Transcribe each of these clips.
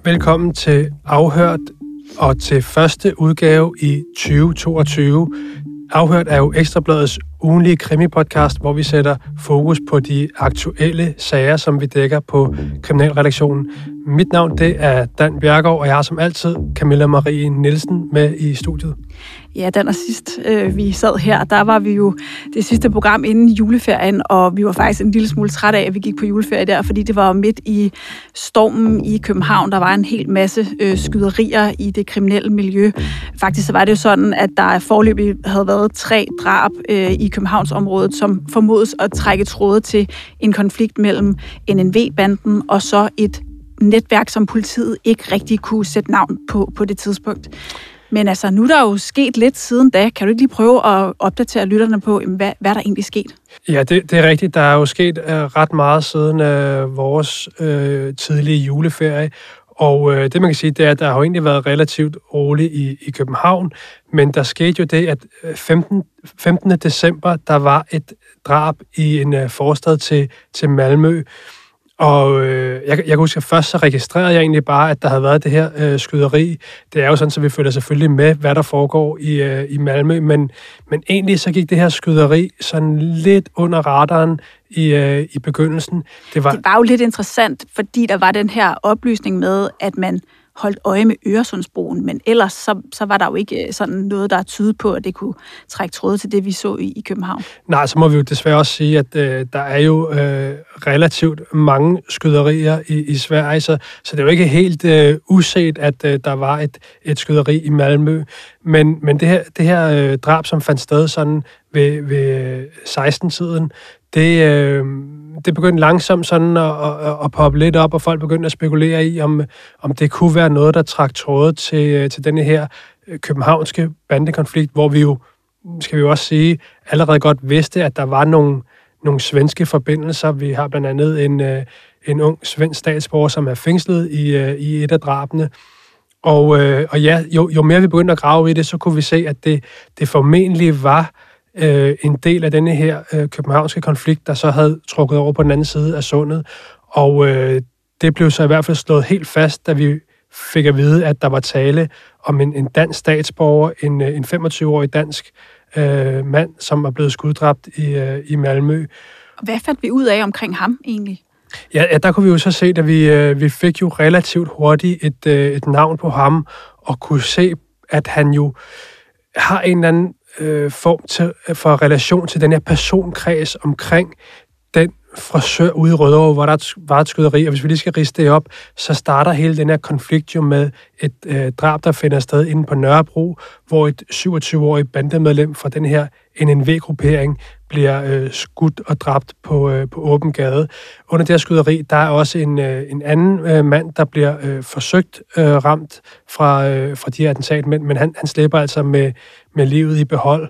Velkommen til Afhørt og til første udgave i 2022. Afhørt er jo Ekstra Bladets ugenlige krimipodcast, hvor vi sætter fokus på de aktuelle sager, som vi dækker på Kriminalredaktionen. Mit navn det er Dan Bjergaard, og jeg har som altid Camilla Marie Nielsen med i studiet. Ja, den og sidst vi sad her, der var vi jo det sidste program inden juleferien, og vi var faktisk en lille smule træt af, at vi gik på juleferie der, fordi det var midt i stormen i København. Der var en hel masse skyderier i det kriminelle miljø. Faktisk så var det jo sådan, at der foreløbig havde været 3 drab i Københavnsområdet, som formodes at trække tråde til en konflikt mellem NNV-banden og så et netværk, som politiet ikke rigtig kunne sætte navn på det tidspunkt. Men altså, nu er der jo sket lidt siden da. Kan du ikke lige prøve at opdatere lytterne på, hvad der egentlig er sket? Ja, det er rigtigt. Der er jo sket ret meget siden vores tidlige juleferie. Og det, man kan sige, det er, at der har jo egentlig været relativt roligt i København. Men der skete jo det, at 15. december, der var et drab i en forstad til Malmø. Og jeg kan huske, at først så registrerede jeg egentlig bare, at der havde været det her skyderi. Det er jo sådan, så vi følger selvfølgelig med, hvad der foregår i Malmø. Men egentlig så gik det her skyderi sådan lidt under radaren i begyndelsen. Det var jo lidt interessant, fordi der var den her oplysning med, at man holdt øje med Øresundsbroen, men ellers så var der jo ikke sådan noget, der tydede på, at det kunne trække tråde til det, vi så i København. Nej, så må vi jo desværre også sige, at der er jo relativt mange skyderier i Sverige, så det er jo ikke helt uset, at der var et skyderi i Malmø. Men det her drab, som fandt sted sådan ved 16-tiden, det begyndte langsomt sådan at poppe lidt op, og folk begyndte at spekulere i, om det kunne være noget, der trak tråde til denne her københavnske bandekonflikt, hvor vi jo, skal vi jo også sige, allerede godt vidste, at der var nogle svenske forbindelser. Vi har blandt andet en ung svensk statsborger, som er fængslet i et af drabene. Og ja, jo mere vi begyndte at grave i det, så kunne vi se, at det formentlig var en del af denne her københavnske konflikt, der så havde trukket over på den anden side af sundet. Og det blev så i hvert fald slået helt fast, da vi fik at vide, at der var tale om en dansk statsborger, en 25-årig dansk mand, som er blevet skuddræbt i Malmø. Og hvad fandt vi ud af omkring ham egentlig? Ja, der kunne vi jo så se, at vi fik jo relativt hurtigt et navn på ham, og kunne se, at han jo har en eller anden form for relation til den her personkreds omkring den frisør ude i Rødovre, hvor der var et skyderi, og hvis vi lige skal ridse det op, så starter hele den her konflikt jo med et drab, der finder sted inde på Nørrebro, hvor et 27-årig bandemedlem fra den her NNV-gruppering bliver skudt og dræbt på åben gade. Under det her skyderi, der er også en anden mand, der bliver forsøgt ramt fra de her attentatmænd, men han slipper altså med livet i behold.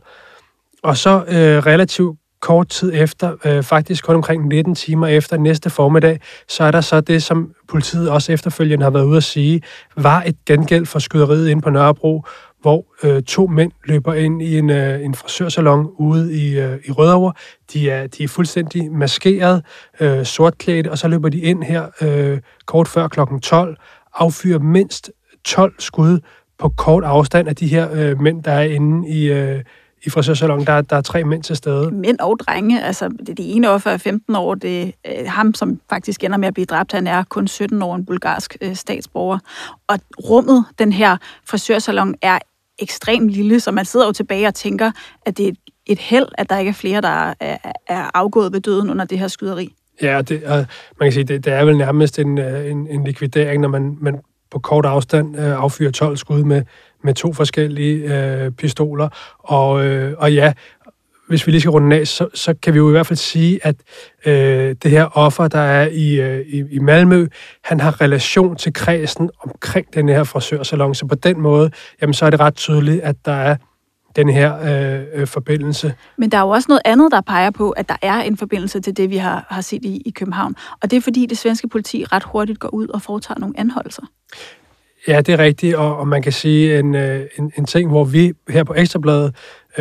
Og så relativt kort tid efter, faktisk kun omkring 19 timer efter næste formiddag, så er der så det, som politiet også efterfølgende har været ude at sige, var et gengæld for skyderiet inde på Nørrebro, hvor 2 mænd løber ind i en frisørsalon ude i Rødovre. De er fuldstændig maskeret, sortklædte, og så løber de ind her kort før klokken 12, affyrer mindst 12 skud på kort afstand af de her mænd, der er inde i frisørsalon. Der er 3 mænd til stede. Mænd og drenge. Altså, det ene offer er 15 år. Det er ham, som faktisk ender med at blive dræbt. Han er kun 17 år, en bulgarsk statsborger. Og rummet, den her frisørsalon, er ekstremt lille, så man sidder jo tilbage og tænker, at det er et held, at der ikke er flere, der er afgået ved døden under det her skyderi. Ja, man kan sige, det er vel nærmest en likvidering, når man på kort afstand affyrer 12 skud med 2 forskellige pistoler. Og ja, hvis vi lige skal runde af, så kan vi jo i hvert fald sige, at det her offer, der er i Malmø, han har relation til kredsen omkring den her frisørsalon. Så på den måde, jamen, så er det ret tydeligt, at der er den her forbindelse. Men der er jo også noget andet, der peger på, at der er en forbindelse til det, vi har set i København. Og det er fordi, det svenske politi ret hurtigt går ud og foretager nogle anholdelser. Ja, det er rigtigt, og man kan sige en ting, hvor vi her på Ekstrabladet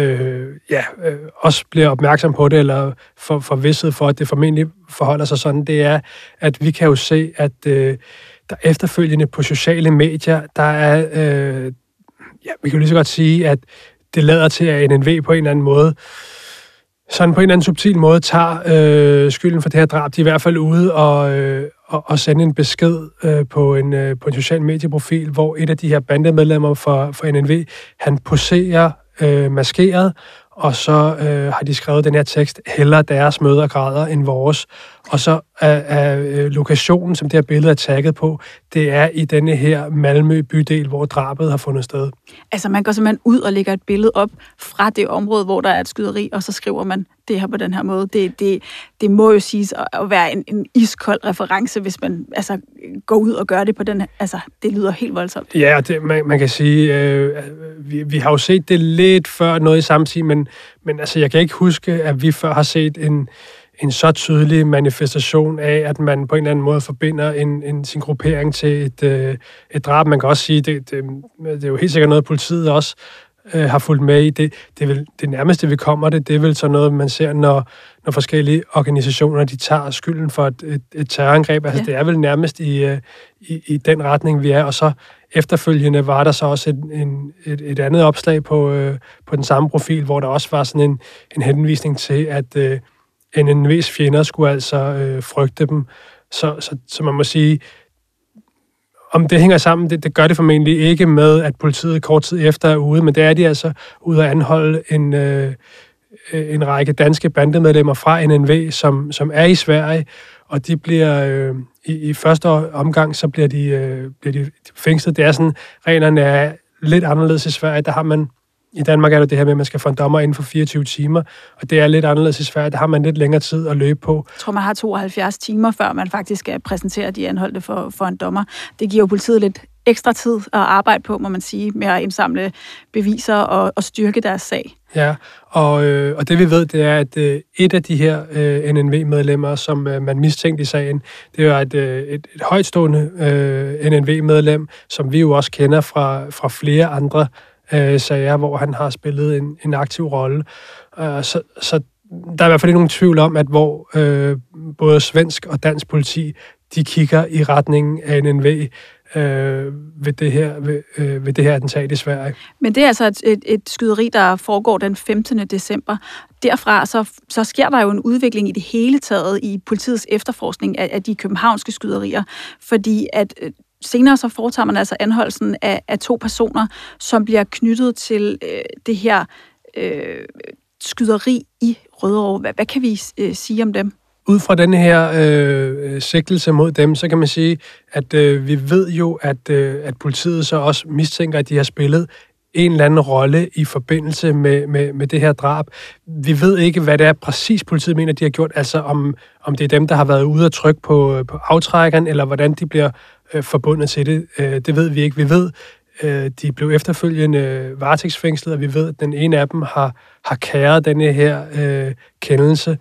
også bliver opmærksom på det, eller får vidsthed for, at det formentlig forholder sig sådan, det er, at vi kan jo se, at der efterfølgende på sociale medier, der er, vi kan jo lige så godt sige, at det lader til, at NNV på en eller anden måde, sådan på en eller anden subtil måde, tager skylden for det her drab. De er i hvert fald ude og sende en besked på en social medieprofil, hvor et af de her bandemedlemmer for NNV, han poserer maskeret, og så har de skrevet den her tekst, hellere deres mødregrader end vores. Og så er lokationen, som det her billede er tagget på, det er i denne her Malmø bydel, hvor drabet har fundet sted. Altså man går simpelthen ud og lægger et billede op fra det område, hvor der er et skyderi, og så skriver man det her på den her måde. Det må jo siges at være en iskold reference, hvis man går ud og gør det på den her. Altså, det lyder helt voldsomt. Ja, man kan sige, vi har jo set det lidt før noget i samme tid, men altså, jeg kan ikke huske, at vi før har set en så tydelig manifestation af, at man på en eller anden måde forbinder sin gruppering til et drab. Man kan også sige, det er jo helt sikkert noget, politiet også har fulgt med i. Det er vel det nærmeste, vi kommer det er vel sådan noget, man ser, når forskellige organisationer, de tager skylden for et terrorangreb. Altså, det er vel nærmest i den retning, vi er. Og så efterfølgende var der så også et andet opslag på den samme profil, hvor der også var sådan en henvisning til, at NNV's fjender skulle altså frygte dem. Så man må sige, om det hænger sammen, det gør det formentlig ikke med, at politiet kort tid efter er ude, men det er de altså ude at anholde en række danske bandemedlemmer fra NNV, som er i Sverige, og de bliver i første omgang, så bliver de fængslet. Det er sådan, reglerne er lidt anderledes i Sverige. Der har man, i Danmark er det her med, at man skal få en dommer inden for 24 timer, og det er lidt anderledes i Sverige. Der har man lidt længere tid at løbe på. Jeg tror, man har 72 timer, før man faktisk skal præsentere de anholdte for en dommer. Det giver jo politiet lidt ekstra tid at arbejde på, må man sige, med at indsamle beviser og styrke deres sag. Ja, og det vi ved, det er, at et af de her NNV-medlemmer, som man mistænkte i sagen, det er et højtstående NNV-medlem, som vi jo også kender fra flere andre sager, hvor han har spillet en aktiv rolle. Så der er i hvert fald ikke nogen tvivl om, at hvor både svensk og dansk politi, de kigger i retningen af NNV ved det her attentat i Sverige. Men det er altså et skyderi, der foregår den 15. december. Derfra så sker der jo en udvikling i det hele taget i politiets efterforskning af de københavnske skyderier, fordi at senere så foretager man altså anholdelsen af 2 personer, som bliver knyttet til det her skyderi i Rødovre. Hvad kan vi sige om dem? Ud fra denne her sigtelse mod dem, så kan man sige, at vi ved jo, at politiet så også mistænker, at de har spillet en eller anden rolle i forbindelse med det her drab. Vi ved ikke, hvad det er præcis politiet mener, de har gjort, altså om det er dem, der har været ude at trykke på aftrækkeren, eller hvordan de bliver forbundet til det. Det ved vi ikke. Vi ved, de blev efterfølgende varetægtsfængslet, og vi ved, at den ene af dem har kæret denne her kendelse.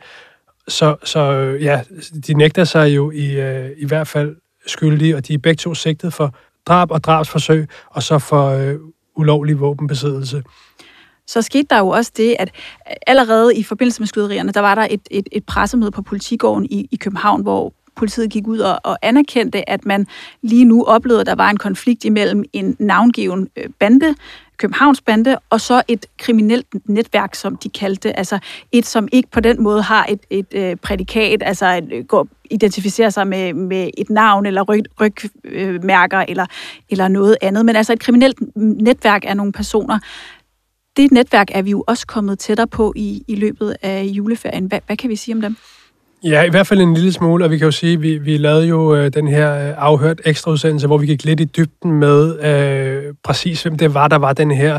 Så ja, de nægter sig jo i hvert fald skyldige, og de er begge to sigtet for drab og drabsforsøg, og så for ulovlig våbenbesiddelse. Så skete der jo også det, at allerede i forbindelse med skyderierne, der var der et pressemøde på Politigården i København, hvor politiet gik ud og anerkendte, at man lige nu oplevede, at der var en konflikt imellem en navngiven bande, Københavns bande, og så et kriminelt netværk, som de kaldte, altså et, som ikke på den måde har et prædikat, altså identificerer sig med et navn eller rygmærker eller noget andet, men altså et kriminelt netværk af nogle personer. Det netværk er vi jo også kommet tættere på i løbet af juleferien. Hvad kan vi sige om dem? Ja, i hvert fald en lille smule, og vi kan jo sige, at vi lavede jo den her afhørt ekstraudsendelse, hvor vi gik lidt i dybden med præcis, hvem det var, der var den her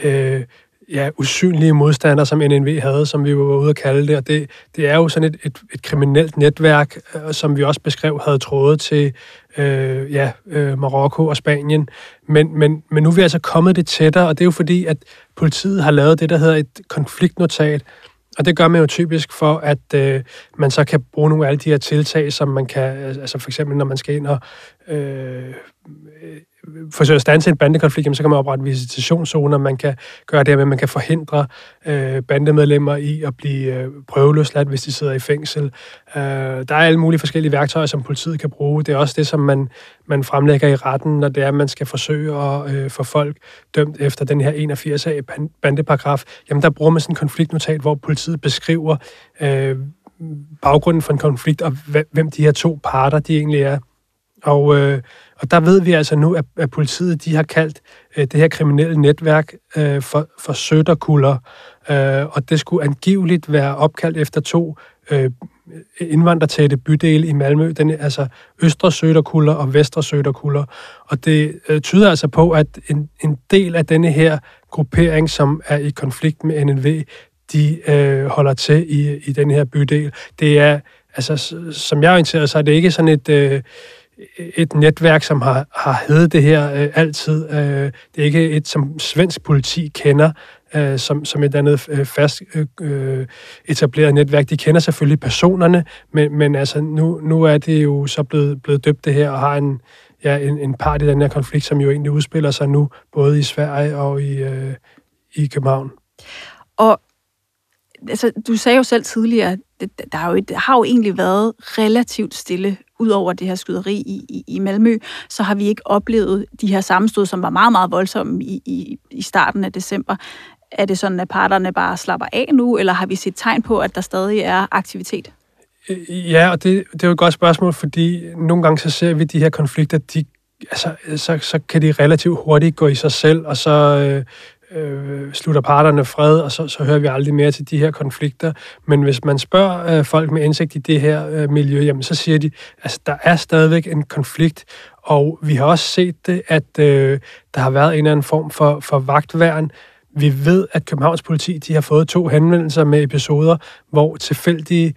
usynlige modstander, som NNV havde, som vi var ude at kalde det. Og det er jo sådan et kriminelt netværk, som vi også beskrev, havde trådet til Marokko og Spanien. Men nu er vi altså kommet det tættere, og det er jo fordi, at politiet har lavet det, der hedder et konfliktnotat. Og det gør man jo typisk for, at man så kan bruge nogle af alle de her tiltag, som man kan, altså for eksempel når man skal ind og forsøger at standse en bandekonflikt, jamen, så kan man oprette visitationszoner, man kan gøre det med, at man kan forhindre bandemedlemmer i at blive prøveløsladt, hvis de sidder i fængsel. Der er alle mulige forskellige værktøjer, som politiet kan bruge. Det er også det, som man fremlægger i retten, når det er, at man skal forsøge at få folk dømt efter den her 81A bandeparagraf. Jamen, der bruger man sådan en konfliktnotat, hvor politiet beskriver baggrunden for en konflikt, og hvem de her to parter, de egentlig er. Og der ved vi altså nu, at politiet de har kaldt det her kriminelle netværk for Söderkuller, og det skulle angiveligt være opkaldt efter to indvandrertætte bydele i Malmø, altså Østre Söderkuller og Vestre Söderkuller. Og det tyder altså på, at en del af denne her gruppering, som er i konflikt med NNV, de holder til i den her bydel. Det er, altså, som jeg er orienteret, så er det ikke sådan et netværk, som har heddet det her altid. Det er ikke et, som svensk politi kender, som et andet fast etableret netværk. De kender selvfølgelig personerne, men altså nu er det jo så blevet døbt det her, og har en part i den her konflikt, som jo egentlig udspiller sig nu, både i Sverige og i København. Og altså, du sagde jo selv tidligere, der har jo egentlig været relativt stille ud over det her skyderi i Malmø, så har vi ikke oplevet de her sammenstød, som var meget, meget voldsomme i starten af december. Er det sådan, at parterne bare slapper af nu, eller har vi set tegn på, at der stadig er aktivitet? Ja, og det er jo et godt spørgsmål, fordi nogle gange så ser vi de her konflikter, så kan de relativt hurtigt gå i sig selv, og så slutter parterne fred, og så hører vi aldrig mere til de her konflikter. Men hvis man spørger folk med indsigt i det her miljø, jamen så siger de, altså der er stadigvæk en konflikt, og vi har også set det, at der har været en eller anden form for vagtværn. Vi ved, at Københavns politi de har fået 2 henvendelser med episoder, hvor tilfældige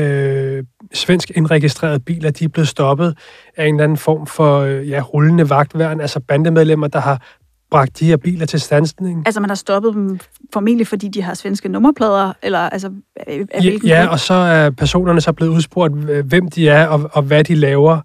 svensk indregistrerede biler, de er blevet stoppet af en eller anden form for rullende vagtværn, altså bandemedlemmer, der har bragt de her biler til standsning. Altså man har stoppet dem formentlig, fordi de har svenske nummerplader, eller altså... Ja, og så er personerne så blevet udspurgt, hvem de er, og hvad de laver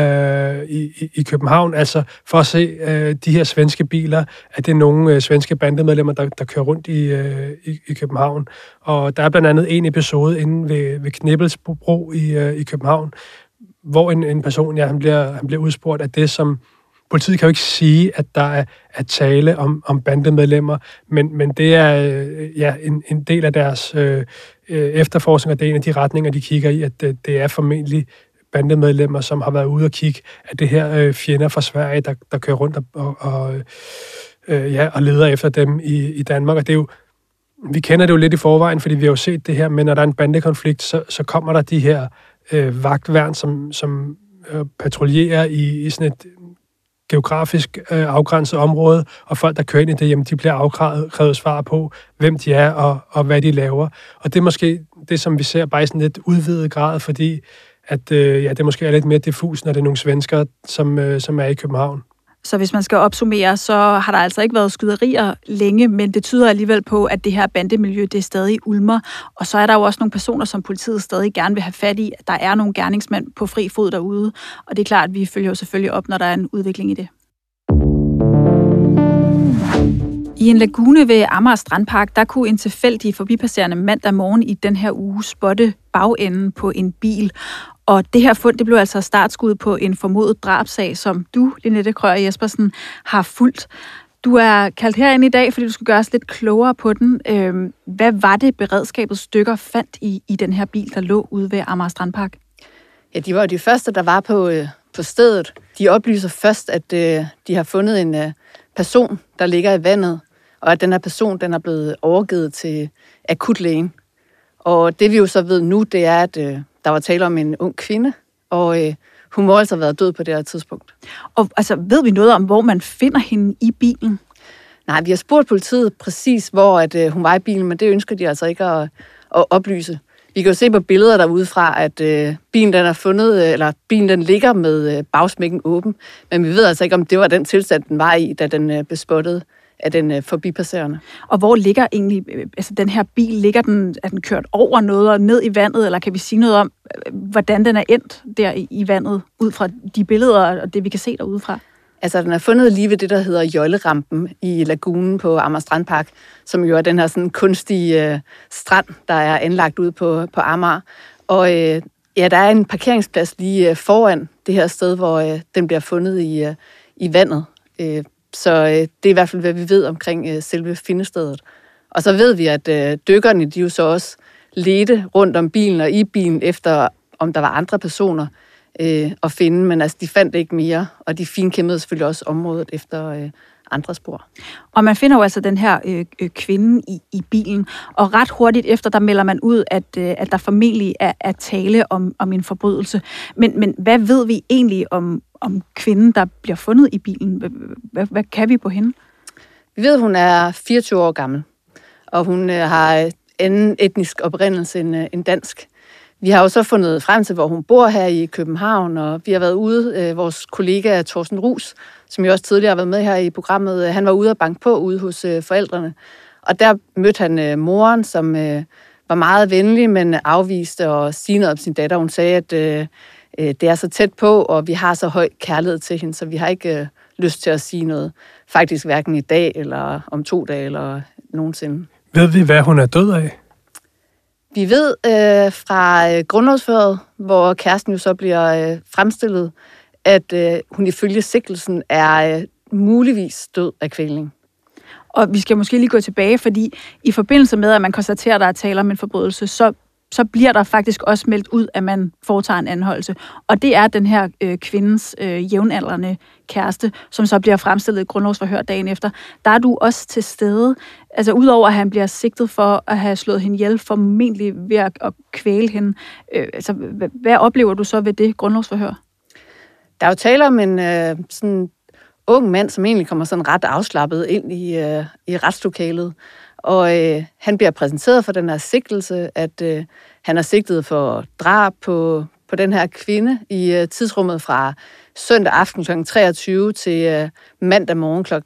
i København. Altså for at se de her svenske biler, at det er nogle svenske bandemedlemmer, der kører rundt i København. Og der er blandt andet en episode inde ved Knibbelsbro i København, hvor en person, han bliver udspurgt af det, som politiet kan jo ikke sige, at der er tale om bandemedlemmer, men det er en del af deres efterforskning, og det er en af de retninger, de kigger i, at det er formentlig bandemedlemmer, som har været ude og kigge, at det her fjender fra Sverige, der kører rundt og leder efter dem i Danmark. Og det er jo, vi kender det jo lidt i forvejen, fordi vi har jo set det her, men når der er en bandekonflikt, så kommer der de her vagtværn, som patruljerer i sådan et geografisk afgrænset område, og folk, der kører ind i det, jamen, de bliver afkrævet svar på, hvem de er og hvad de laver. Og det er måske det, som vi ser bare i sådan lidt udvidet grad, fordi at, det måske er lidt mere diffus, når det er nogle svenskere, som er i København. Så hvis man skal opsummere, så har der altså ikke været skyderier længe, men det tyder alligevel på, at det her bandemiljø, det er stadig ulmer. Og så er der jo også nogle personer, som politiet stadig gerne vil have fat i. Der er nogle gerningsmænd på fri fod derude, og det er klart, at vi følger jo selvfølgelig op, når der er en udvikling i det. I en lagune ved Amager Strandpark, der kunne en tilfældig forbipasserende mandag morgen i den her uge spotte bagenden på en bil. Og det her fund, det blev altså startskud på en formodet drabsag, som du, Linette Krøyer Jespersen, har fulgt. Du er kaldt herind i dag, fordi du skulle gøre os lidt klogere på den. Hvad var det, beredskabets stykker fandt i den her bil, der lå ude ved Amager Strandpark? Ja, de var jo de første, der var på stedet. De oplyser først, at de har fundet en person, der ligger i vandet, og at den her person, den er blevet overgivet til akutlægen. Og det vi jo så ved nu, det er, at der var tale om en ung kvinde, og hun må altså have været død på det her tidspunkt. Og altså, ved vi noget om, hvor man finder hende i bilen? Nej, vi har spurgt politiet præcis, hvor at, hun var i bilen, men det ønsker de altså ikke at oplyse. Vi kan jo se på billeder derudefra, at bilen den er fundet, eller bilen den ligger med bagsmækken åben, men vi ved altså ikke, om det var den tilstand, den var i, da den blev spottet af den forbipasserende. Og hvor ligger egentlig, altså den her bil, er den kørt over noget og ned i vandet, eller kan vi sige noget om, hvordan den er endt der i vandet, ud fra de billeder og det, vi kan se derudefra? Altså, den er fundet lige ved det, der hedder Jollerampen i lagunen på Amager Strandpark, som jo er den her sådan kunstige strand, der er anlagt ude på Amager. Og ja, der er en parkeringsplads lige foran det her sted, hvor den bliver fundet i vandet. Så det er i hvert fald, hvad vi ved omkring selve findestedet. Og så ved vi, at dykkerne, de jo så også ledte rundt om bilen og i bilen efter, om der var andre personer at finde, men altså, de fandt ikke mere, og de finkæmmede selvfølgelig også området efter andre spor. Og man finder jo altså den her kvinde i bilen, og ret hurtigt efter, der melder man ud, at der formentlig er tale om en forbrydelse. Men hvad ved vi egentlig om kvinden, der bliver fundet i bilen? Hvad kan vi på hende? Vi ved, at hun er 24 år gammel, og hun har anden etnisk oprindelse end dansk. Vi har jo så fundet frem til, hvor hun bor her i København, og vi har været ude, vores kollega Thorsten Ruus, som jo også tidligere har været med her i programmet, han var ude og banke på ude hos forældrene. Og der mødte han moren, som var meget venlig, men afviste at sige noget om sin datter. Hun sagde, at det er så tæt på, og vi har så høj kærlighed til hende, så vi har ikke lyst til at sige noget. Faktisk hverken i dag, eller om 2 dage, eller nogensinde. Ved vi, hvad hun er død af? Vi ved fra grundlovsføret, hvor kæresten jo så bliver fremstillet, at hun ifølge sigtelsen er muligvis død af kvælning. Og vi skal måske lige gå tilbage, fordi i forbindelse med, at man konstaterer, at der er tale om en forbrydelse, så bliver der faktisk også meldt ud, at man foretager en anholdelse. Og det er den her kvindens jævnaldrende kæreste, som så bliver fremstillet i grundlovsforhør dagen efter. Der er du også til stede. Altså udover at han bliver sigtet for at have slået hende ihjel, formentlig ved at kvæle hende. Altså, hvad oplever du så ved det grundlovsforhør? Der er jo tale om en sådan ung mand, som egentlig kommer sådan ret afslappet ind i retslokalet. Og han bliver præsenteret for den her sigtelse, at han er sigtet for drab på den her kvinde i tidsrummet fra søndag aften kl. 23 til mandag morgen kl.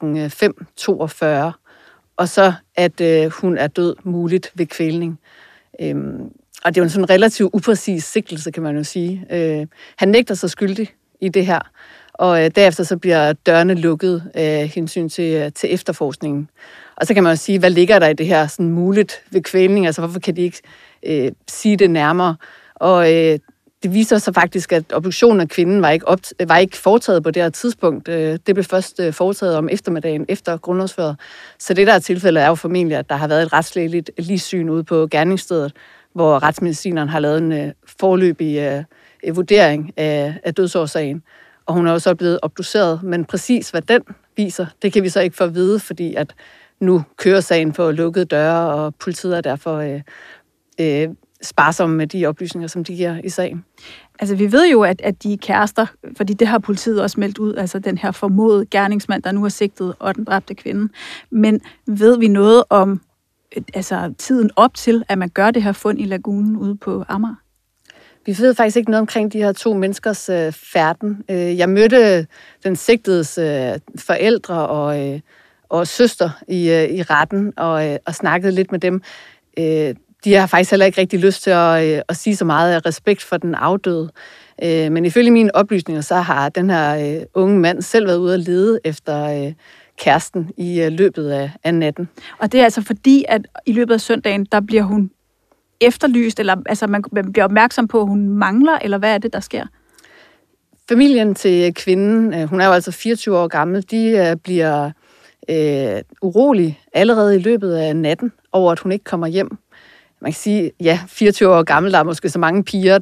5:42. Og så, at hun er død muligt ved kvælning. Og det er jo en sådan relativt upræcis sigtelse, kan man jo sige. Han nægter sig skyldig i det her. Og derefter så bliver dørene lukket af hensyn til efterforskningen. Og så kan man jo sige, hvad ligger der i det her sådan muligt ved kvælning? Altså, hvorfor kan de ikke sige det nærmere? Og det viser sig faktisk, at obduktionen af kvinden var ikke foretaget på det her tidspunkt. Det blev først foretaget om eftermiddagen efter grundlovsføret. Så det der tilfælde er jo formentlig, at der har været et retslægeligt ligsyn ude på gerningsstedet, hvor retsmedicineren har lavet en foreløbig vurdering af dødsårsagen. Og hun er jo så blevet obduceret, men præcis hvad den viser, det kan vi så ikke få at vide, fordi at nu kører sagen på lukkede døre, og politiet er derfor sparsomme med de oplysninger, som de giver i sagen. Altså, vi ved jo, at de er kærester, fordi det har politiet også meldt ud, altså den her formodede gerningsmand, der nu er sigtet, og den dræbte kvinde. Men ved vi noget om tiden op til, at man gør det her fund i lagunen ude på Amager? Vi ved faktisk ikke noget omkring de her 2 menneskers færden. Jeg mødte den sigtedes forældre og søster i retten og snakkede lidt med dem. De har faktisk heller ikke rigtig lyst til at sige så meget af respekt for den afdøde. Men ifølge mine oplysninger, så har den her unge mand selv været ude at lede efter kæresten i løbet af natten. Og det er altså fordi, at i løbet af søndagen, der bliver hun efterlyst, eller altså man bliver opmærksom på, at hun mangler, eller hvad er det, der sker? Familien til kvinden, hun er jo altså 24 år gammel, de bliver urolige allerede i løbet af natten over, at hun ikke kommer hjem. Man kan sige, ja, 24 år gammel, der er måske så mange piger,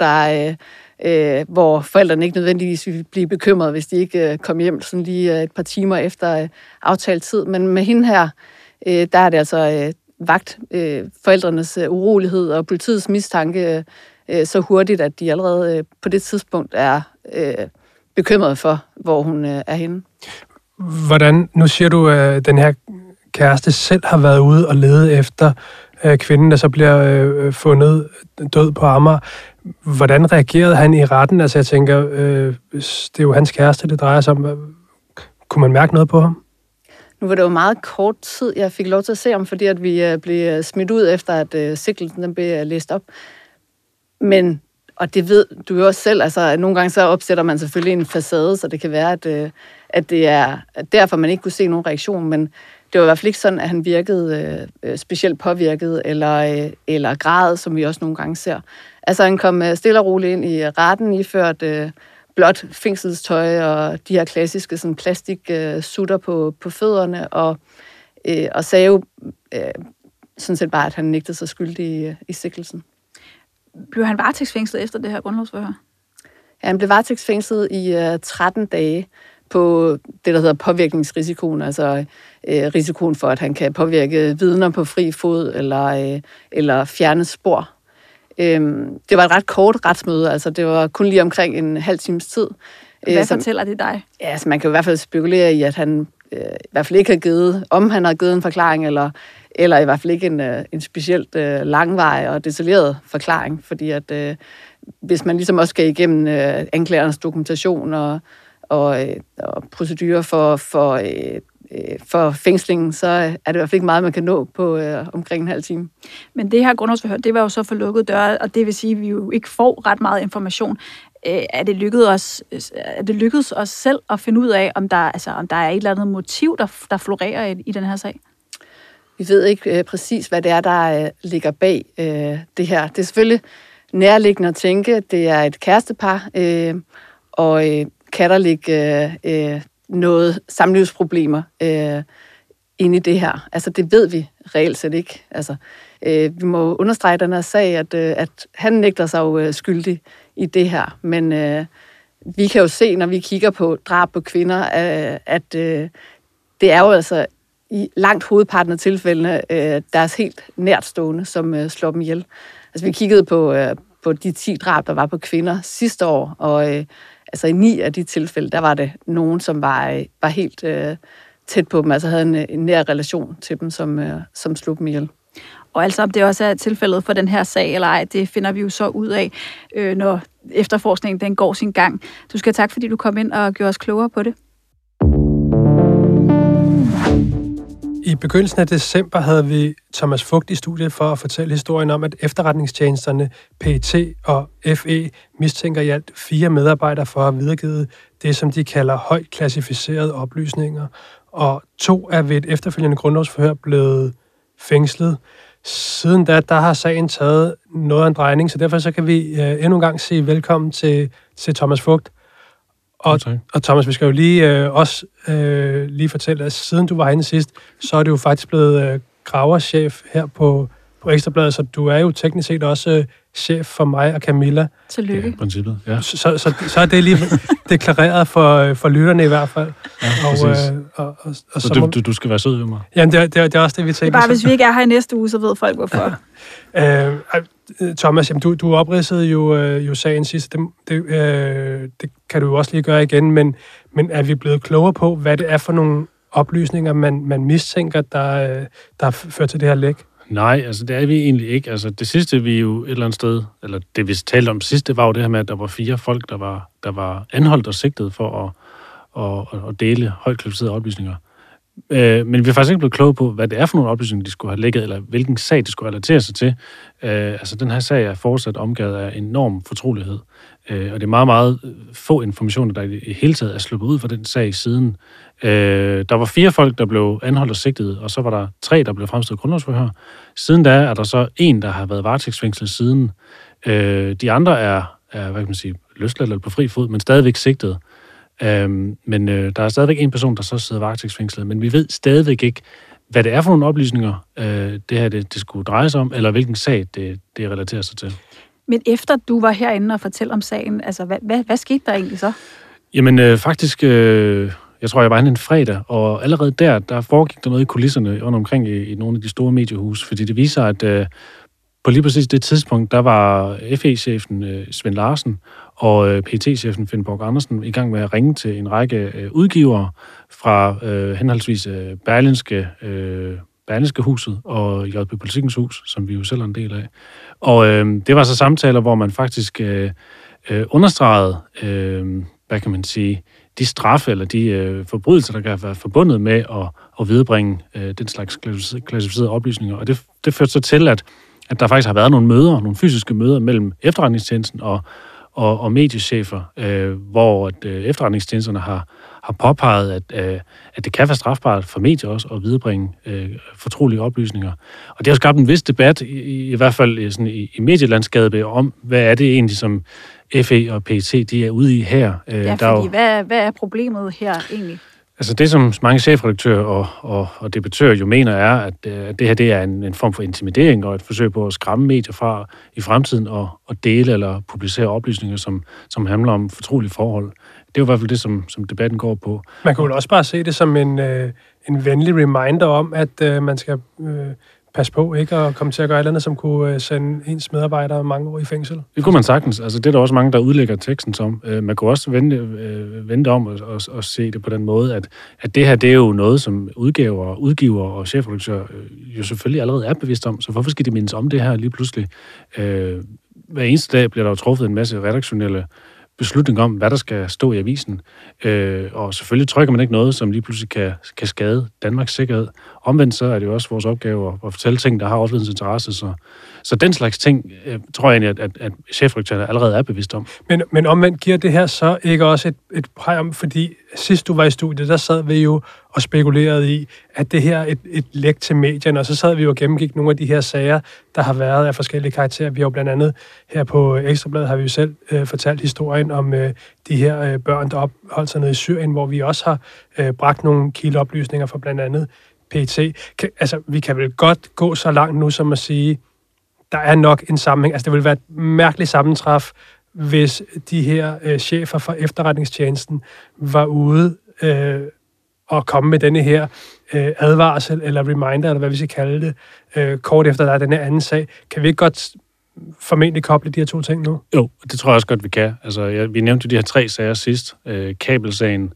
hvor forældrene ikke nødvendigvis vil blive bekymrede, hvis de ikke kommer hjem sådan lige et par timer efter aftalt tid. Men med hende her, der er det altså vagt forældrenes urolighed og politiets mistanke så hurtigt, at de allerede på det tidspunkt er bekymrede for, hvor hun er henne. Hvordan, nu siger du, at den her kæreste selv har været ude og lede efter kvinden, der så bliver fundet død på Amager. Hvordan reagerede han i retten? Altså jeg tænker, det er jo hans kæreste, det drejer sig om. Kunne man mærke noget på ham? Nu var det jo meget kort tid, jeg fik lov til at se ham, fordi at vi blev smidt ud efter, at sigtelsen blev læst op. Men, og det ved du jo også selv, altså nogle gange så opsætter man selvfølgelig en facade, så det kan være, at det er derfor, man ikke kunne se nogen reaktion, men det var i hvert fald ikke sådan, at han virkede specielt påvirket eller græd, som vi også nogle gange ser. Altså, han kom stille og roligt ind i retten, iført blåt fængselstøj og de her klassiske sådan, plastiksutter på fødderne, og sagde jo sådan set bare, at han nægtede sig skyldig i sigtelsen. Blev han varetægtsfængslet efter det her grundlovsforhør? Ja, han blev varetægtsfængslet i 13 dage på det, der hedder påvirkningsrisikoen, altså risikoen for, at han kan påvirke vidner på fri fod eller fjerne spor. Det var et ret kort retsmøde, altså det var kun lige omkring en halv times tid. Hvad fortæller det dig? Ja, altså man kan jo i hvert fald spekulere i, at han i hvert fald ikke har givet, om han har givet en forklaring, eller i hvert fald ikke en specielt langvarig og detaljeret forklaring, fordi at hvis man ligesom også skal igennem anklagernes dokumentation og procedurer for fængslingen, så er det i hvert fald ikke meget, man kan nå på omkring en halv time. Men det her grundlovsforhør, det var jo så for lukkede døre, og det vil sige, at vi jo ikke får ret meget information. Er det lykkedes os selv at finde ud af, om der er et eller andet motiv, der florerer i den her sag? Vi ved ikke præcis, hvad det er, der ligger bag det her. Det er selvfølgelig nærliggende at tænke, at det er et kærestepar, og kan der ligge noget samlivsproblemer inde i det her. Altså, det ved vi reelt set ikke. Altså, vi må understrege den her sag, at han nægter sig jo skyldig i det her, men vi kan jo se, når vi kigger på drab på kvinder, at det er jo altså i langt hovedparten af tilfældene deres helt nærtstående, som slår dem ihjel. Altså, vi kiggede på de 10 drab, der var på kvinder sidste år, og altså i 9 af de tilfælde, der var det nogen, som var helt tæt på dem, altså havde en nær relation til dem, som slog dem ihjel. Og altså, om det også er tilfældet for den her sag eller ej, det finder vi jo så ud af, når efterforskningen den går sin gang. Du skal tak, fordi du kom ind og gjorde os klogere på det. I begyndelsen af december havde vi Thomas Vogt i studiet for at fortælle historien om, at efterretningstjenesterne PET og FE mistænker i alt 4 medarbejdere for at have videregivet det, som de kalder højt klassificerede oplysninger. Og 2 er ved et efterfølgende grundlovsforhør blevet fængslet. Siden da, der har sagen taget noget af en drejning, så derfor så kan vi endnu en gang sige velkommen til Thomas Vogt. Og Thomas, vi skal jo lige fortælle, at siden du var herinde sidst, så er du jo faktisk blevet graverchef her på Ekstrabladet, så du er jo teknisk set også chef for mig og Camilla. Tillykke. Ja, princippet, ja. Så er det lige deklareret for lytterne i hvert fald. Ja, så du skal være sød ved mig. Jamen, det er også det, vi tænker. Det er bare, hvis vi ikke er her i næste uge, så ved folk, hvorfor. Thomas, jamen, du opridsede jo sagen sidst. Det kan du jo også lige gøre igen, men er vi blevet klogere på, hvad det er for nogle oplysninger, man mistænker, der fører til det her læk? Nej, altså det er vi egentlig ikke. Altså det sidste, vi jo et eller andet sted, eller det vi talte om sidst, det var jo det her med, at der var 4 folk, der var anholdt og sigtet for at dele højt kvalificerede oplysninger. Men vi er faktisk ikke blevet kloge på, hvad det er for nogle oplysninger, de skulle have lækket, eller hvilken sag de skulle relatere sig til. Altså den her sag er fortsat omgivet af enorm fortrolighed. Og det er meget, meget få informationer, der i hele taget er sluppet ud fra den sag siden. Der var 4 folk, der blev anholdt og sigtet, og så var der 3, der blev fremstillet grundlovsforhør. Siden da er der så 1, der har været varetægtsfængslet siden. De andre er hvad kan man sige, løsladt eller på fri fod, men stadigvæk sigtet. Men der er stadigvæk en person, der så sidder varetægtsfængslet, men vi ved stadigvæk ikke, hvad det er for nogle oplysninger, det her det skulle dreje sig om, eller hvilken sag det relaterer sig til. Men efter du var herinde og fortælle om sagen, altså hvad skete der egentlig så? Jamen faktisk, jeg tror, jeg var inde en fredag, og allerede der foregik der noget i kulisserne under omkring i nogle af de store mediehuse, fordi det viser, at på lige præcis det tidspunkt, der var FE-chefen Svend Larsen og PET-chefen Finn Borg Andersen i gang med at ringe til en række udgivere fra henholdsvis Berlingske Huset og JP Politikens Hus, som vi jo selv er en del af. Og det var så samtaler, hvor man faktisk understregede, hvad kan man sige, de straffe eller de forbrydelser, der kan være forbundet med at viderebringe den slags klassificerede oplysninger. Og det førte så til, at der faktisk har været nogle fysiske møder mellem efterretningstjenesten og mediechefer, hvor efterretningstjenesterne har påpeget, at det kan være strafbart for medier også at viderebringe fortrolige oplysninger. Og det har skabt en vis debat, i hvert fald sådan i medielandskabet, om, hvad er det egentlig, som FE og PET de er ude i her. Fordi hvad er problemet her egentlig? Altså det, som mange chefredaktører og debattører jo mener, er, at det her det er en form for intimidering og et forsøg på at skræmme medier fra i fremtiden og dele eller publicere oplysninger, som handler om fortrolige forhold. Det er jo i hvert fald det, som debatten går på. Man kan jo også bare se det som en venlig reminder om, at man skal passe på ikke at komme til at gøre et eller andet, som kunne sende ens medarbejdere mange år i fængsel. Det kunne man sagtens. Altså, det er der også mange, der udlægger teksten som. Man kunne også vente om og se det på den måde, at det her, det er jo noget, som udgiver og chefredaktører jo selvfølgelig allerede er bevidst om. Så hvorfor skal de mindes om det her lige pludselig? Hver eneste dag bliver der jo truffet en masse redaktionelle beslutning om, hvad der skal stå i avisen. Og selvfølgelig trykker man ikke noget, som lige pludselig kan skade Danmarks sikkerhed. Omvendt så er det jo også vores opgave at fortælle ting, der har offentlighedens interesse. Så den slags ting, tror jeg egentlig, at chefredaktørerne allerede er bevidst om. Men omvendt giver det her så ikke også et præg om, fordi sidst du var i studiet, der sad vi jo og spekulerede i, at det her er et læk til medierne, og så sad vi jo og gennemgik nogle af de her sager, der har været af forskellige karakterer. Vi har jo blandt andet her på Ekstrabladet har vi jo selv fortalt historien om de her børn, der opholdt sig nede i Syrien, hvor vi også har bragt nogle kildeoplysninger fra blandt andet PET. Altså, vi kan vel godt gå så langt nu, som at sige, der er nok en sammenhæng. Altså, det vil være et mærkeligt sammentræf, hvis de her chefer for efterretningstjenesten var ude og komme med denne her advarsel eller reminder, eller hvad vi skal kalde det, kort efter der er den her anden sag. Kan vi ikke godt formentlig koble de her to ting nu? Jo, det tror jeg også godt, vi kan. Altså, vi nævnte jo de her 3 sager sidst. Kabelsagen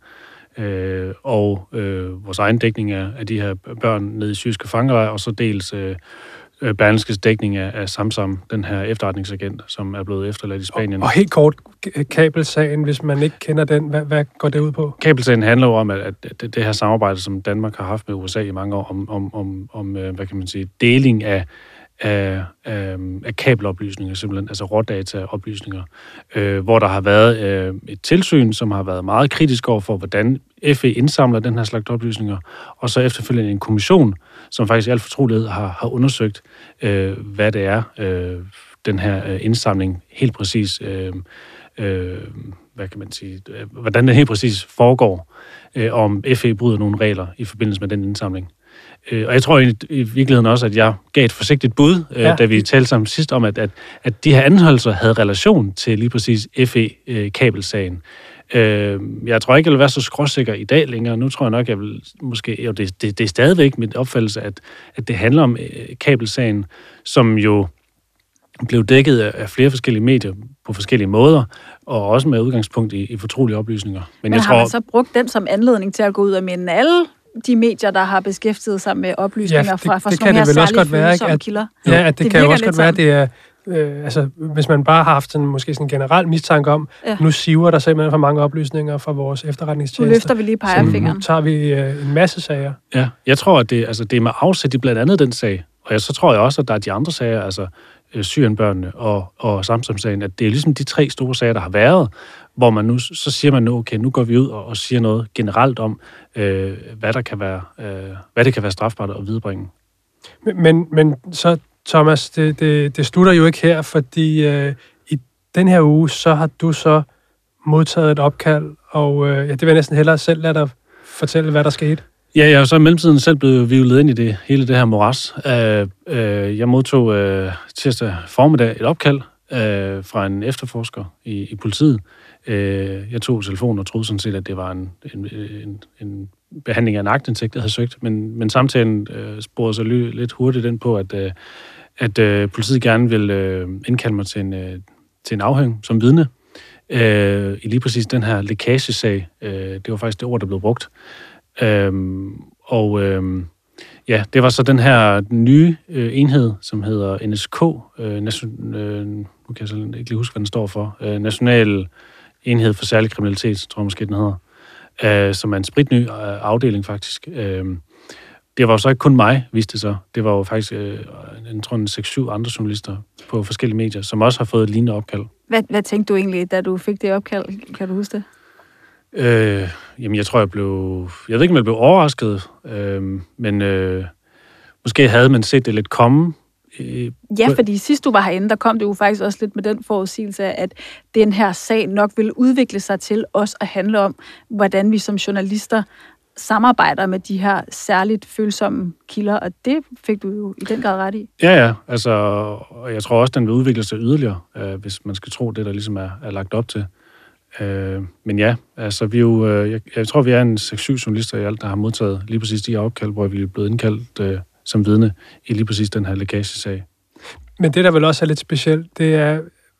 og vores egen dækning af de her børn nede i syriske fangelejre, og så dels Berlingskes dækning af Samsam, den her efterretningsagent, som er blevet efterladt i Spanien. Og helt kort, kabelsagen, hvis man ikke kender den, hvad går det ud på? Kabelsagen handler jo om, at det her samarbejde, som Danmark har haft med USA i mange år, om hvad kan man sige, deling af kabeloplysninger, simpelthen, altså rådataoplysninger, hvor der har været et tilsyn, som har været meget kritisk over for, hvordan FE indsamler den her slags oplysninger, og så efterfølgende en kommission, som faktisk i al fortrolighed har undersøgt, hvad det er, den her indsamling helt præcis, hvad kan man sige, hvordan den helt præcis foregår, om FE bryder nogle regler i forbindelse med den indsamling. Og jeg tror i virkeligheden også, at jeg gav et forsigtigt bud, da vi talte sammen sidst om, at de her anholdelser havde relation til lige præcis FE-kabelsagen. Jeg tror ikke, jeg vil være så skråsikker i dag længere. Nu tror jeg nok, jeg vil måske... Jo, det er stadigvæk mit opfattelse, at det handler om kabelsagen, som jo blev dækket af flere forskellige medier på forskellige måder, og også med udgangspunkt i fortrolige oplysninger. Men jeg har man så brugt den som anledning til at gå ud og minde alle de medier, der har beskæftiget sig med oplysninger fra sådan nogle her særligt følsomme kilder? Ja, at det kan jo også godt være, at det er... altså, hvis man bare har haft sådan, måske sådan en generel mistanke om, nu siver der simpelthen for mange oplysninger fra vores efterretningstjenester. Nu løfter vi lige pegefingeren. Nu tager vi en masse sager. Ja, jeg tror, at det er med afsæt i blandt andet den sag. Og så tror jeg også, at der er de andre sager, altså Syrienbørnene og Samsam-sagen, at det er ligesom de 3 store sager, der har været, hvor man nu, så siger man nu, okay, nu går vi ud og siger noget generelt om, hvad det kan være strafbart at viderebringe. Men så, Thomas, det slutter jo ikke her, fordi i den her uge, så har du så modtaget et opkald, og det vil jeg næsten hellere selv lade dig fortælle, hvad der skete. Ja, jeg er så i mellemtiden selv blevet vivlet ind i hele det her moras. Jeg modtog tirsdag formiddag et opkald fra en efterforsker i politiet. Jeg tog telefonen og troede sådan set, at det var en behandling af en aktindsigt, jeg havde søgt, men samtalen sporede sig lidt hurtigt ind på, at politiet gerne ville indkalde mig til en afhøring som vidne i lige præcis den her lækagesag. Det var faktisk det ord, der blev brugt. Det var så den her nye enhed, som hedder NSK, nu kan jeg så ikke lige huske, hvad den står for, National Enhed for Særlig Kriminalitet, tror jeg måske, den hedder, som er en spritny afdeling faktisk. Det var jo så ikke kun mig, viste det så. Det var jo faktisk, jeg tror, 6-7 andre journalister på forskellige medier, som også har fået et lignende opkald. Hvad tænkte du egentlig, da du fik det opkald? Kan du huske det? Jamen, jeg tror, jeg ved ikke, om jeg blev overrasket, men måske havde man set det lidt komme. Ja, fordi sidst du var herinde, der kom det jo faktisk også lidt med den forudsigelse af, at den her sag nok ville udvikle sig til os at handle om, hvordan vi som journalister samarbejder med de her særligt følsomme kilder, og det fik du jo i den grad ret i. Ja, altså, og jeg tror også, den vil udvikle sig yderligere, hvis man skal tro det, der ligesom er lagt op til. Men ja, altså vi jo, jeg tror, vi er en 6-7 journalister i alt, der har modtaget lige præcis de her opkald, hvor vi er blevet indkaldt som vidne i lige præcis den her lækagesag. Men det, der vel også er lidt specielt, det er,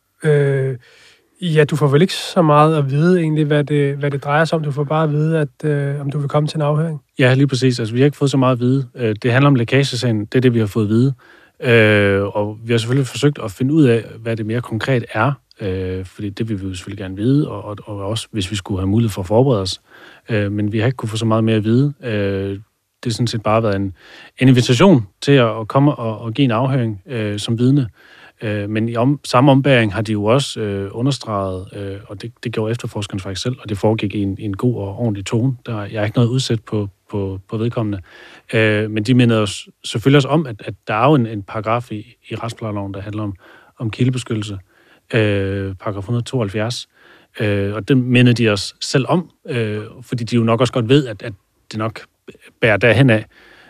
du får vel ikke så meget at vide egentlig, hvad det drejer sig om. Du får bare at vide, at om du vil komme til en afhøring. Ja, lige præcis. Altså, vi har ikke fået så meget at vide. Det handler om lækagesagen. Det er det, vi har fået at vide. Og vi har selvfølgelig forsøgt at finde ud af, hvad det mere konkret er. Fordi det vil vi jo selvfølgelig gerne vide, og også hvis vi skulle have mulighed for at forberede os. Men vi har ikke kunne få så meget mere at vide. Det har sådan set bare været en invitation til at komme og give en afhøring som vidne. Men i samme ombæring har de jo også understreget, og det gjorde efterforskeren faktisk selv, og det foregik i en god og ordentlig tone. Jeg er ikke noget udsat på vedkommende. Men de mindede os selvfølgelig også om, at der er jo en paragraf i retsplejeloven, der handler om kildebeskyttelse. Paragraf 172. Og det mindede de os selv om, fordi de jo nok også godt ved, at det nok bærer derhen af.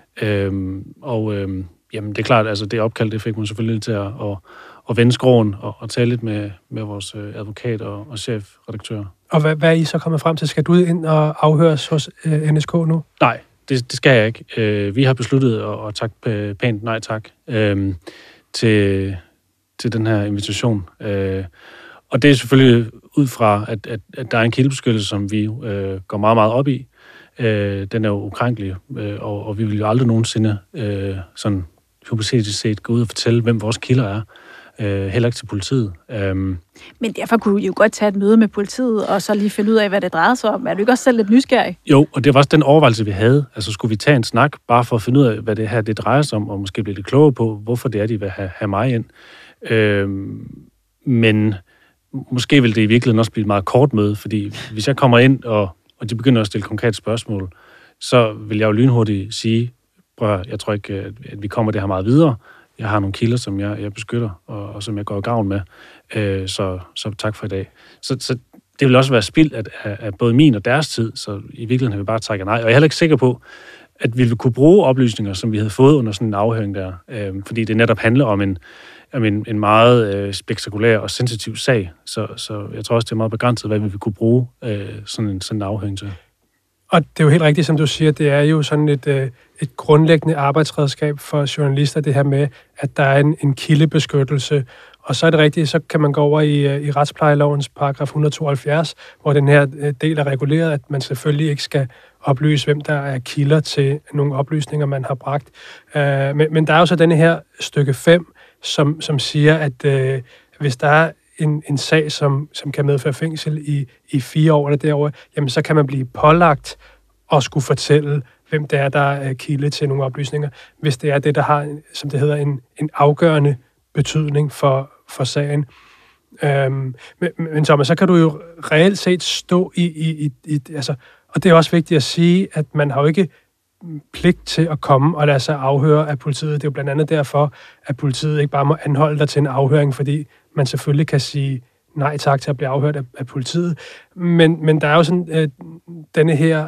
Jamen, det er klart, altså det opkald, det fik man selvfølgelig til at vende skråen og tale lidt med vores advokat og chefredaktør. Og hvad er I så kommet frem til? Skal du ind og afhøres hos NSK nu? Nej, det skal jeg ikke. Vi har besluttet at takke pænt nej tak til den her invitation. Og det er selvfølgelig ud fra, at der er en kildebeskyttelse, som vi går meget, meget op i. Den er jo ukrænkelig, og vi vil jo aldrig nogensinde sådan hypotetisk set gå ud og fortælle, hvem vores kilder er. Heller ikke til politiet. Men derfor kunne du jo godt tage et møde med politiet, og så lige finde ud af, hvad det drejede sig om. Er du ikke også selv lidt nysgerrig? Jo, og det var også den overvejelse, vi havde. Altså, skulle vi tage en snak, bare for at finde ud af, hvad det her det drejer sig om, og måske blive lidt klogere på, hvorfor det er, de vil have mig ind. Men måske vil det i virkeligheden også blive et meget kort møde, fordi hvis jeg kommer ind, og de begynder at stille konkrete spørgsmål, så vil jeg jo lynhurtigt sige, jeg tror ikke, at vi kommer det her meget videre. Jeg har nogle kilder, som jeg beskytter, og som jeg går i gavn med. Så tak for i dag. Så det vil også være spild af både min og deres tid, så i virkeligheden har vi bare takket nej. Og jeg er heller ikke sikker på, at vi vil kunne bruge oplysninger, som vi havde fået under sådan en afhøring der. Fordi det netop handler om en meget spektakulær og sensitiv sag. Så jeg tror også, det er meget begrænset, hvad vi vil kunne bruge sådan en afhøring til. Og det er jo helt rigtigt, som du siger, det er jo sådan et grundlæggende arbejdsredskab for journalister, det her med, at der er en kildebeskyttelse. Og så er det rigtigt, så kan man gå over i retsplejelovens paragraf 172, hvor den her del er reguleret, at man selvfølgelig ikke skal oplyse, hvem der er kilder til nogle oplysninger, man har bragt. Men der er jo så denne her stykke 5, som siger, at hvis der er en sag, som kan medføre fængsel i 4 år eller derovre, jamen så kan man blive pålagt og skulle fortælle, hvem det er, der er kilde til nogle oplysninger, hvis det er det, der har, som det hedder, en afgørende betydning for sagen. Men Thomas, så kan du jo reelt set stå i altså, og det er også vigtigt at sige, at man har jo ikke pligt til at komme og lade sig afhøre af politiet. Det er jo blandt andet derfor, at politiet ikke bare må anholde dig til en afhøring, fordi man selvfølgelig kan sige nej tak til at blive afhørt af politiet. Men der er jo sådan denne her...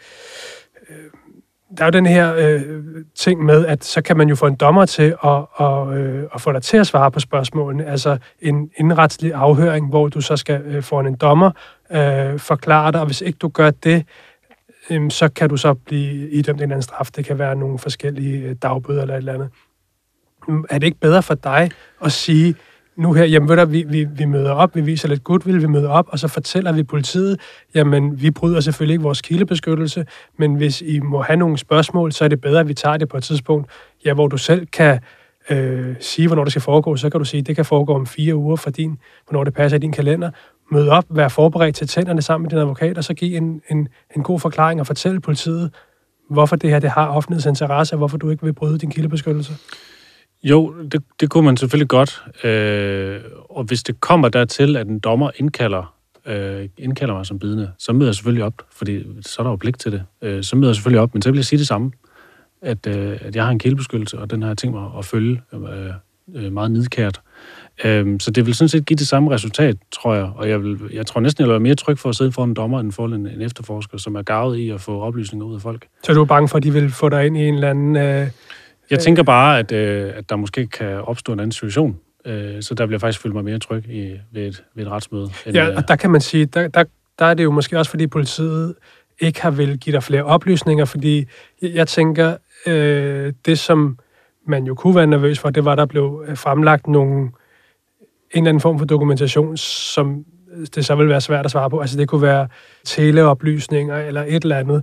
Der er jo den her ting med, at så kan man jo få en dommer til at få dig til at svare på spørgsmålene. Altså en indenretslig afhøring, hvor du så skal få en dommer forklare dig, og hvis ikke du gør det, så kan du så blive idømt en eller anden straf. Det kan være nogle forskellige dagbøder eller et eller andet. Er det ikke bedre for dig at sige, nu her, jamen ved du, vi møder op, vi viser lidt goodwill, vi møder op, og så fortæller vi politiet, jamen vi bryder selvfølgelig ikke vores kildebeskyttelse, men hvis I må have nogle spørgsmål, så er det bedre, at vi tager det på et tidspunkt, ja, hvor du selv kan sige, hvornår det skal foregå, så kan du sige, at det kan foregå om 4 uger for hvornår det passer i din kalender. Mød op, vær forberedt til tænderne sammen med din advokat, og så give en god forklaring og fortælle politiet, hvorfor det her det har offentlighedens interesse, og hvorfor du ikke vil bryde din kildebeskyttelse. Jo, det kunne man selvfølgelig godt. Og hvis det kommer dertil, at en dommer indkalder mig som bidende, så møder jeg selvfølgelig op, fordi så er der jo pligt til det. Så møder jeg selvfølgelig op, men så vil jeg sige det samme, at jeg har en kildebeskyttelse, og den har jeg tænkt mig at følge meget nidkært. Så det vil sådan set give det samme resultat, tror jeg. Og jeg tror næsten, jeg vil være mere tryg for at sidde foran en dommer, end foran en efterforsker, som er garvet i at få oplysninger ud af folk. Så du er bange for, at de vil få dig ind i en eller anden... Jeg tænker bare, at der måske kan opstå en anden situation. Så der vil jeg faktisk føle mig mere tryg ved et retsmøde. Ja, og der kan man sige, der er det jo måske også, fordi politiet ikke har vil give dig flere oplysninger, fordi jeg tænker, det som man jo kunne være nervøs for, det var, der blev fremlagt en eller anden form for dokumentation, som det så vil være svært at svare på. Altså det kunne være teleoplysninger eller et eller andet,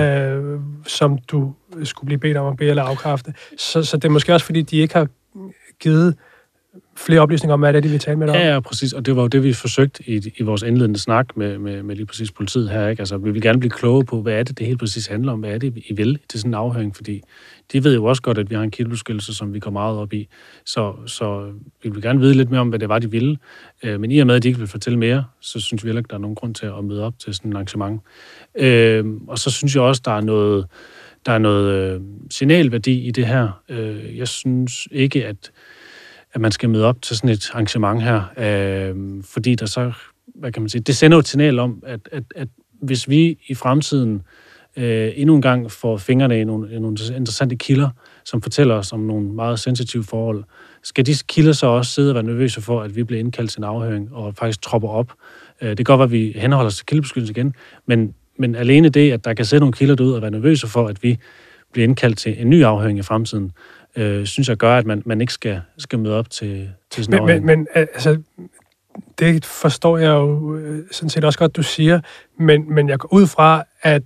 som du skulle blive bedt om at bede eller afkræfte. Så det er måske også, fordi de ikke har givet flere oplysninger om, hvad det er, de vil tale med dig om. Ja, præcis. Og det var jo det, vi forsøgte i vores indledende snak med lige præcis politiet her. Ikke? Altså, vi vil gerne blive kloge på, hvad er det helt præcis handler om? Hvad er det, I vil til sådan en afhøring? Fordi de ved jo også godt, at vi har en kildebeskyttelse, som vi går meget op i. Så vi vil gerne vide lidt mere om, hvad det var, de ville. Men i og med, at de ikke vil fortælle mere, så synes vi heller ikke, der er nogen grund til at møde op til sådan et arrangement. Og så synes jeg også, der er noget signalværdi i det her. Jeg synes ikke, at man skal møde op til sådan et arrangement her, fordi der så, hvad kan man sige, det sender et signal om, at hvis vi i fremtiden endnu en gang får fingrene i nogle interessante kilder, som fortæller os om nogle meget sensitive forhold, skal de kilder så også sidde og være nervøse for, at vi bliver indkaldt til en afhøring og faktisk tropper op. Det kan godt være, at vi henholder os til kildebeskyttelse igen, men alene det, at der kan sidde nogle kilder derud og være nervøse for, at vi bliver indkaldt til en ny afhøring i fremtiden, synes jeg gør, at man ikke skal møde op til sådan en afhøring. Men altså, det forstår jeg jo sådan set også godt, du siger, men jeg går ud fra, at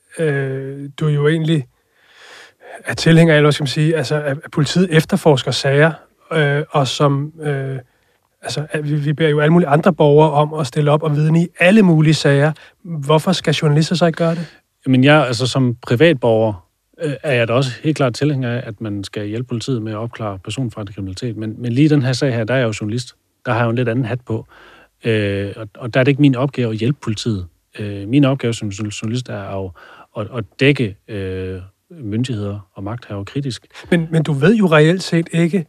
du jo egentlig er tilhænger, eller hvad skal man sige, altså, at politiet efterforsker sager, og som... Altså, vi beder jo alle mulige andre borgere om at stille op og vidne i alle mulige sager. Hvorfor skal journalister så ikke gøre det? Men jeg, altså som privatborger, er jeg da også helt klart tilhænger af, at man skal hjælpe politiet med at opklare personfarlig kriminalitet. Men lige den her sag her, der er jeg jo journalist. Der har jeg jo en lidt anden hat på. Og der er det ikke min opgave at hjælpe politiet. Min opgave som journalist er jo at dække myndigheder og magthavere kritisk. Men du ved jo reelt set ikke...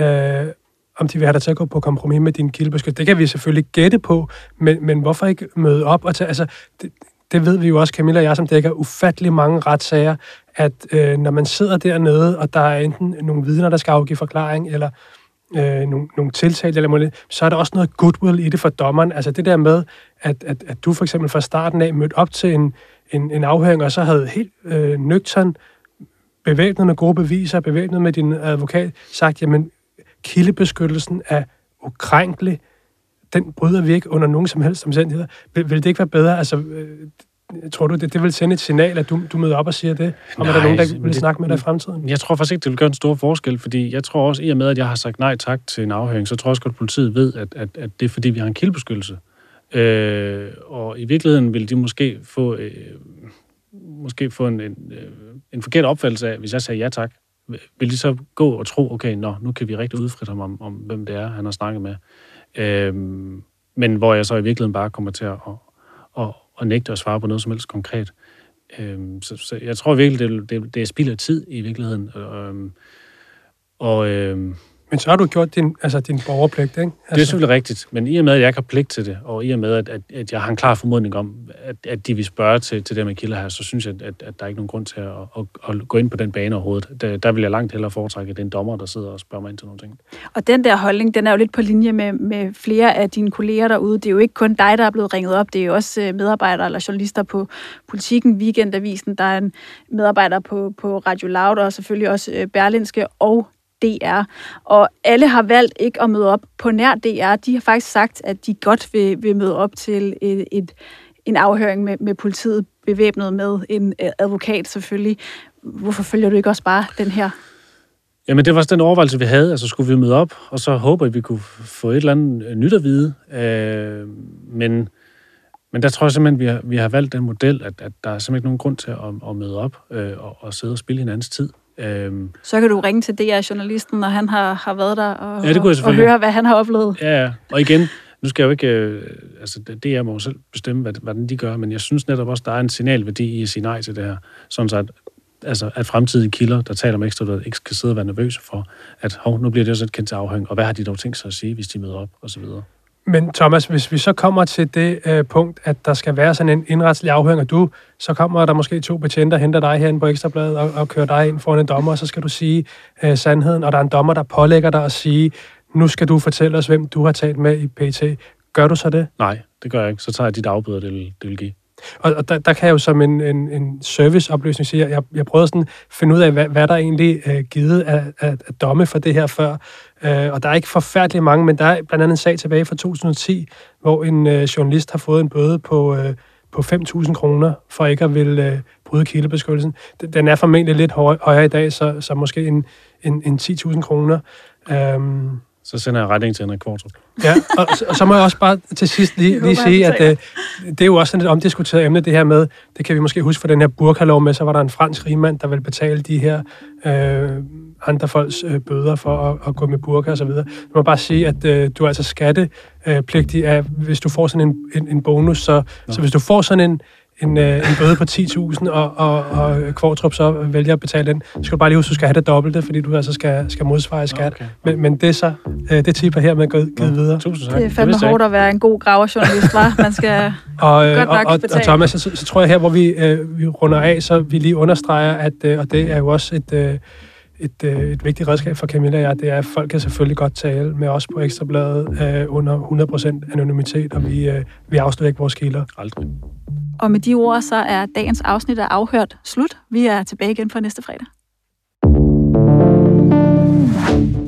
om de vil have dig til at gå på kompromis med din kildebeskyttelse. Det kan vi selvfølgelig gætte på, men hvorfor ikke møde op og tage... Altså, det ved vi jo også, Camilla og jeg, som dækker ufattelig mange retssager, at når man sidder dernede, og der er enten nogle vidner, der skal afgive forklaring, eller nogle tiltale, eller noget, så er der også noget goodwill i det for dommeren. Altså det der med, at du for eksempel fra starten af mødte op til en afhøring, og så havde helt nøgtern, bevæbnet med gode beviser, bevæbnet med din advokat, sagt, jamen, kildebeskyttelsen er ukrænkelig. Den bryder vi ikke under nogen som helst omstændigheder. Vil det ikke være bedre? Altså, tror du, det vil sende et signal, at du møder op og siger det? Om er der nogen, der vil snakke med dig i fremtiden? Jeg tror faktisk ikke, det vil gøre en stor forskel, fordi jeg tror også, i og med, at jeg har sagt nej tak til en afhøring, så tror jeg også godt, at politiet ved, at det er, fordi vi har en kildebeskyttelse. Og i virkeligheden vil de måske få en forkert opfattelse af, hvis jeg sagde ja tak, vil de så gå og tro, okay, nu kan vi rigtig udfritte ham om hvem det er, han har snakket med. Men hvor jeg så i virkeligheden bare kommer til at nægte at svare på noget som helst konkret. Så jeg tror virkelig, det er spild af tid i virkeligheden. Men så har du gjort din borgerpligt, ikke? Altså. Det er selvfølgelig rigtigt, men i og med, at jeg ikke har pligt til det, og i og med, at jeg har en klar formodning om, at de vil spørge til det med kilder her, så synes jeg, at der er ikke nogen grund til at gå ind på den bane overhovedet. Der vil jeg langt hellere foretrække, at det er en dommer, der sidder og spørger mig ind til nogle ting. Og den der holdning, den er jo lidt på linje med flere af dine kolleger derude. Det er jo ikke kun dig, der er blevet ringet op, det er jo også medarbejdere eller journalister på Politiken, Weekendavisen, der er en medarbejder på Radio Loud, og selvfølgelig også Berlingske og DR. Og alle har valgt ikke at møde op på nær DR. De har faktisk sagt, at de godt vil møde op til en afhøring med politiet, bevæbnet med en advokat selvfølgelig. Hvorfor følger du ikke også bare den her? Jamen, det var også den overvejelse, vi havde. Altså, skulle vi møde op, og så håber vi kunne få et eller andet nyt at vide. Men der tror jeg simpelthen, vi har valgt den model, at der er simpelthen ikke nogen grund til at møde op og sidde og spille hinandens tid. Så kan du ringe til DR-journalisten, når han har været der, og, ja, det kunne jeg og høre, hvad han har oplevet. Ja, og igen, nu skal jeg jo ikke... DR må jo selv bestemme, hvad de gør, men jeg synes netop også, der er en signalværdi i at sige nej til det her. Sådan så, at fremtidige kilder, der taler om Ekstrabladet, ikke skal sidde og være nervøse for, at nu bliver det også et kendt til afhæng, og hvad har de dog tænkt sig at sige, hvis de møder op, og så videre. Men Thomas, hvis vi så kommer til det punkt, at der skal være sådan en indretslig afhøring, og så kommer der måske 2 betjenter og henter dig herinde på Ekstrabladet og kører dig ind foran en dommer, og så skal du sige sandheden, og der er en dommer, der pålægger dig at sige, nu skal du fortælle os, hvem du har talt med i PET. Gør du så det? Nej, det gør jeg ikke. Så tager jeg de dagbøder, det vil give. Og der kan jeg jo som en serviceoplysning sige, at jeg prøvede sådan at finde ud af, hvad der egentlig er givet af domme for det her før. Og der er ikke forfærdeligt mange, men der er blandt andet en sag tilbage fra 2010, hvor en journalist har fået en bøde på 5.000 kroner for ikke at ville bryde kildebeskyttelsen. Den er formentlig lidt højere i dag, så måske en 10.000 kroner. Så sender jeg retning til Henrik Qvortrup. Ja, og så må jeg også bare til sidst lige sige, at det er jo også sådan et omdiskuteret emne, det her med, det kan vi måske huske fra den her burkalov med, så var der en fransk rigmand, der ville betale de her andre folks bøder for at gå med burka og så videre. Jeg må bare sige, at du er altså skattepligtig, hvis du får sådan en bonus, så hvis du får sådan en bøde på 10.000, og Qvortrup så vælger at betale den, så skal du bare lige huske, at du skal have det dobbelte, fordi du altså skal modsvare skat. Okay. Men det er så, det tipper her med givet videre. Tusind tak. Det er fandme hårdt at være en god graverjournalist, var. Man skal godt nok betale. Og Thomas, så tror jeg her, hvor vi runder af, så vi lige understreger, at, og det er jo også et vigtigt redskab for Camilla og jeg, det er, at folk kan selvfølgelig godt tale med os på Ekstrabladet under 100% anonymitet, og vi afslører ikke vores kilder. Aldrig. Og med de ord, så er dagens afsnit af Afhørt slut. Vi er tilbage igen på næste fredag.